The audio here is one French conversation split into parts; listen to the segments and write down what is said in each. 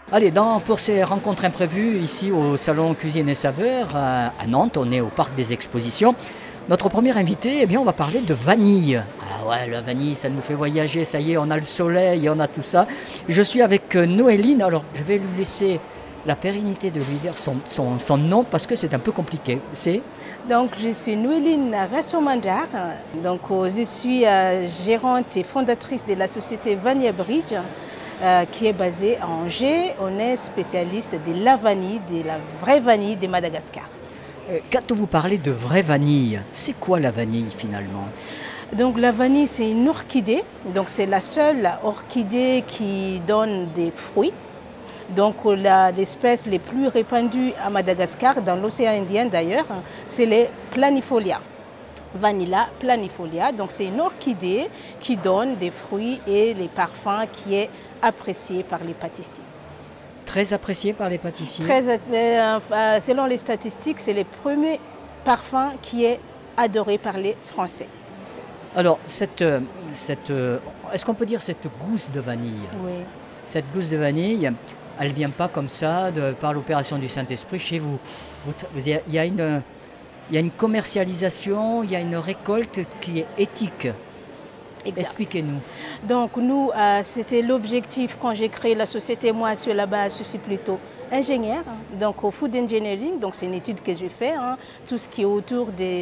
Allez, pour ces rencontres imprévues, ici au Salon Cuisine et Saveurs à Nantes, on est au Parc des Expositions. Notre premier invité, eh bien, on va parler de vanille. Ah ouais, la vanille, ça nous fait voyager, ça y est, on a le soleil, on a tout ça. Je suis avec Noéline, alors je vais lui laisser la pérennité de lui dire son nom parce que c'est un peu compliqué. C'est Donc, je suis Noueline Rassoumandar. Donc, je suis gérante et fondatrice de la société Vanilla Bridge, qui est basée à Angers. On est spécialiste de la vanille, de la vraie vanille de Madagascar. Quand vous parlez de vraie vanille, c'est quoi la vanille finalement? Donc, la vanille, c'est une orchidée. Donc, c'est la seule orchidée qui donne des fruits. Donc l'espèce les plus répandue à Madagascar, dans l'océan Indien d'ailleurs, c'est les planifolia. Vanilla planifolia. Donc c'est une orchidée qui donne des fruits et les parfums qui est apprécié par les pâtissiers. Très apprécié par les pâtissiers. Selon les statistiques, c'est le premier parfum qui est adoré par les Français. Alors, est-ce qu'on peut dire cette gousse de vanille? Oui. Cette gousse de vanille, elle ne vient pas comme ça par l'opération du Saint-Esprit chez vous. Il y a une commercialisation, il y a une récolte qui est éthique. Exact. Expliquez-nous. Donc nous, c'était l'objectif quand j'ai créé la société. Moi, sur la base, je suis plutôt ingénieur, donc au food engineering, donc c'est une étude que j'ai fait, tout ce qui est autour des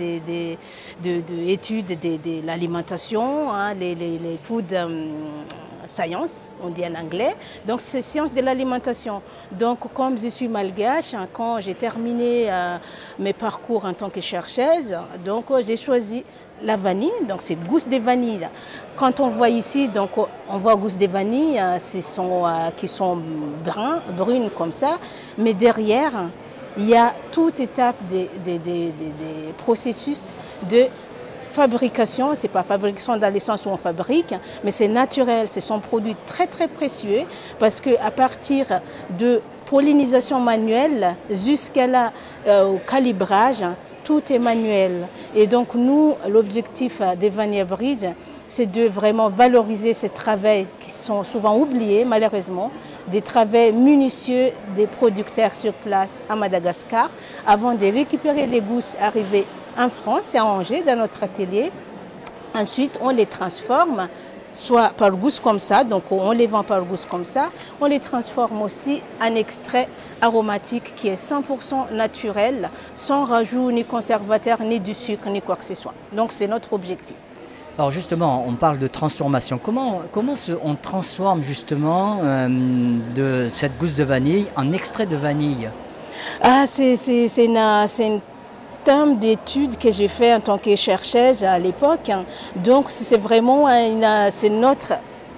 études de l'alimentation, les food science, on dit en anglais, donc c'est science de l'alimentation. Donc comme je suis malgache, quand j'ai terminé mes parcours en tant que chercheuse, donc j'ai choisi la vanille, donc c'est gousse de vanille. Quand on voit ici, donc on voit gousse de vanille, qui sont brunes comme ça, mais derrière, il y a toute étape des processus de fabrication. C'est pas fabrication dans le sens où on fabrique, mais c'est naturel, ce sont produits très très précieux parce qu'à partir de pollinisation manuelle jusqu'à au calibrage, tout est manuel. Et donc nous, l'objectif des Vanilla Bridge, c'est de vraiment valoriser ces travaux qui sont souvent oubliés malheureusement, des travaux minutieux des producteurs sur place à Madagascar, avant de récupérer les gousses arrivées en France et à Angers dans notre atelier. Ensuite, on les transforme, soit par gousse comme ça, donc on les vend par gousse comme ça, on les transforme aussi en extrait aromatique qui est 100% naturel, sans rajout ni conservateur, ni du sucre, ni quoi que ce soit. Donc c'est notre objectif. Alors justement, on parle de transformation. Comment on transforme justement de cette gousse de vanille en extrait de vanille? C'est une terme d'études que j'ai fait en tant que chercheuse à l'époque. Donc c'est vraiment c'est notre,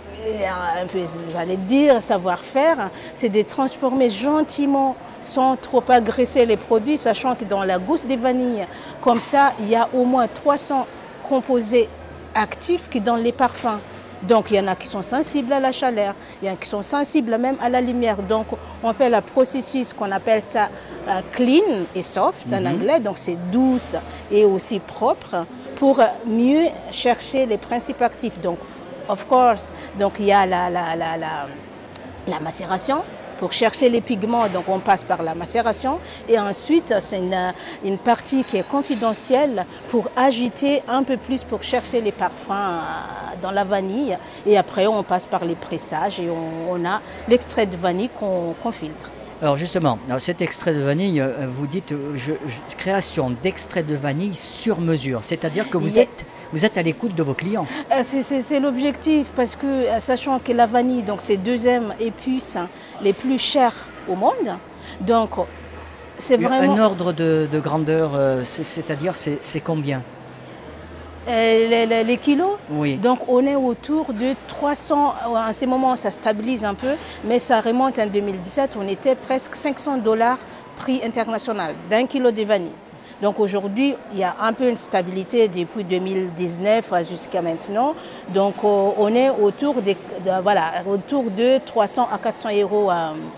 j'allais dire, savoir-faire, c'est de transformer gentiment sans trop agresser les produits, sachant que dans la gousse de vanille, comme ça, il y a au moins 300 composés actifs qui donnent les parfums. Donc il y en a qui sont sensibles à la chaleur, il y en a qui sont sensibles même à la lumière. Donc on fait le processus qu'on appelle ça clean et soft en anglais, donc c'est douce et aussi propre pour mieux chercher les principes actifs. Donc of course, donc il y a la macération. Pour chercher les pigments, donc on passe par la macération. Et ensuite, c'est une partie qui est confidentielle pour agiter un peu plus, pour chercher les parfums dans la vanille. Et après, on passe par les pressages et on a l'extrait de vanille qu'on filtre. Alors justement, cet extrait de vanille, vous dites création d'extrait de vanille sur mesure, c'est-à-dire que vous êtes à l'écoute de vos clients. C'est l'objectif parce que, sachant que la vanille, donc c'est deuxième épice les plus chères au monde, donc c'est vraiment... Un ordre de grandeur, c'est-à-dire c'est combien? Les kilos, oui. Donc on est autour de 300, en ce moment ça stabilise un peu, mais ça remonte en 2017, on était presque $500 prix international d'un kilo de vanille. Donc aujourd'hui, il y a un peu une stabilité depuis 2019 jusqu'à maintenant. Donc on est autour de 300 à 400 euros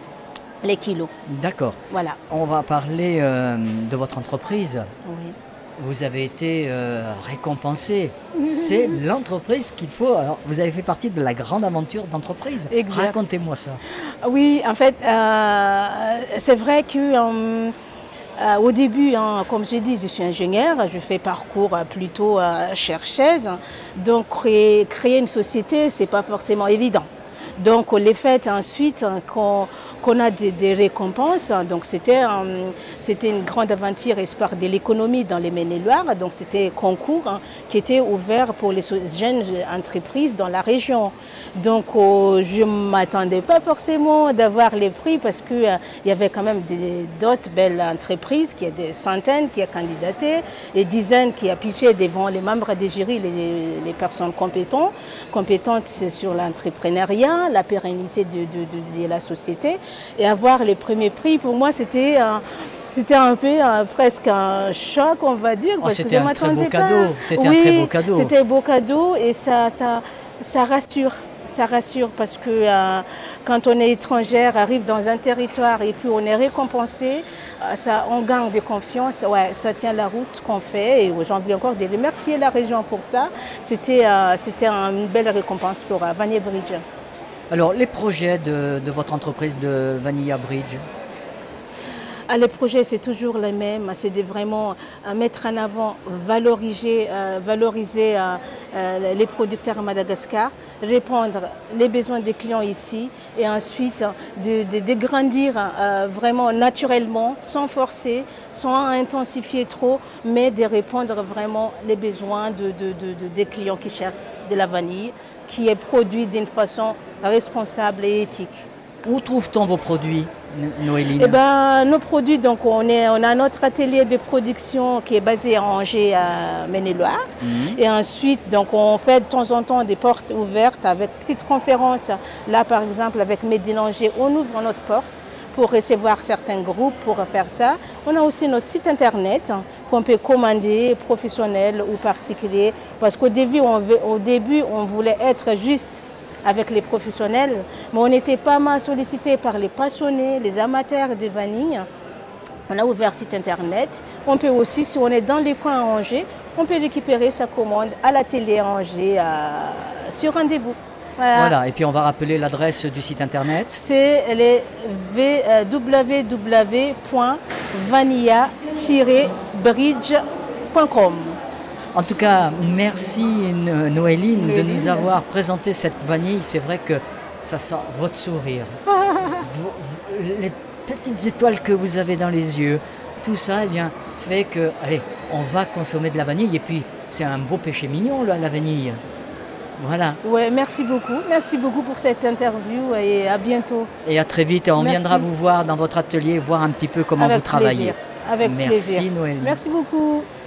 les kilos. D'accord. Voilà. On va parler de votre entreprise. Oui. vous avez été récompensé. C'est l'entreprise qu'il faut. Alors, vous avez fait partie de la grande aventure d'entreprise. Exact. Racontez-moi ça. Oui, en fait, c'est vrai que au début, comme j'ai dit, je suis ingénieure, je fais parcours plutôt chercheuse. Donc, créer une société, c'est pas forcément évident. Donc, les faits ensuite, qu'on a des récompenses. Donc, c'était une grande aventure espoir de l'économie dans les Maine-et-Loire. Donc, c'était un concours qui était ouvert pour les jeunes entreprises dans la région. Donc, je ne m'attendais pas forcément d'avoir les prix parce qu'il y avait quand même d'autres belles entreprises, qui a des centaines qui ont candidaté, des dizaines qui ont pitché devant les membres des jurys, les personnes compétentes sur l'entrepreneuriat, la pérennité de la société. Et avoir les premiers prix, pour moi, c'était un peu presque un choc, on va dire. C'était un très beau cadeau. C'était un très beau cadeau. C'était un beau cadeau et ça rassure. Ça rassure parce que quand on est étrangère, arrive dans un territoire et puis on est récompensé, on gagne de confiance. Ouais, ça tient la route ce qu'on fait et j'ai envie encore de remercier la région pour ça. C'était une belle récompense pour Vanilla Bridge. Alors, les projets de votre entreprise de Vanilla Bridge? Les projets, c'est toujours les mêmes. C'est de vraiment mettre en avant, valoriser les producteurs à Madagascar, répondre les besoins des clients ici et ensuite de grandir vraiment naturellement, sans forcer, sans intensifier trop, mais de répondre vraiment les besoins des clients qui cherchent de la vanille, qui est produit d'une façon responsable et éthique. Où trouve-t-on vos produits, Noéline? Nos produits, donc on a notre atelier de production qui est basé à Angers, à Maine-et-Loire. Et ensuite, donc on fait de temps en temps des portes ouvertes avec petites conférences. Là, par exemple, avec Made in Angers, on ouvre notre porte pour recevoir certains groupes, pour faire ça. On a aussi notre site internet qu'on peut commander, professionnel ou particulier. Parce qu'au début, on voulait être juste avec les professionnels, mais on était pas mal sollicité par les passionnés, les amateurs de vanille. On a ouvert site internet. On peut aussi, si on est dans les coins à Angers, on peut récupérer sa commande à l'atelier à Angers sur rendez-vous. Voilà, et puis on va rappeler l'adresse du site internet. C'est www.vanilla-bridge.com. En tout cas, merci Noéline de nous avoir présenté cette vanille. C'est vrai que ça sent votre sourire, les petites étoiles que vous avez dans les yeux. Tout ça fait que, allez, on va consommer de la vanille. Et puis, c'est un beau péché mignon, la vanille. Voilà. Ouais, merci beaucoup pour cette interview et à bientôt. Et à très vite. On viendra vous voir dans votre atelier, voir un petit peu comment vous travaillez. Avec plaisir. Merci Noéline. Merci beaucoup.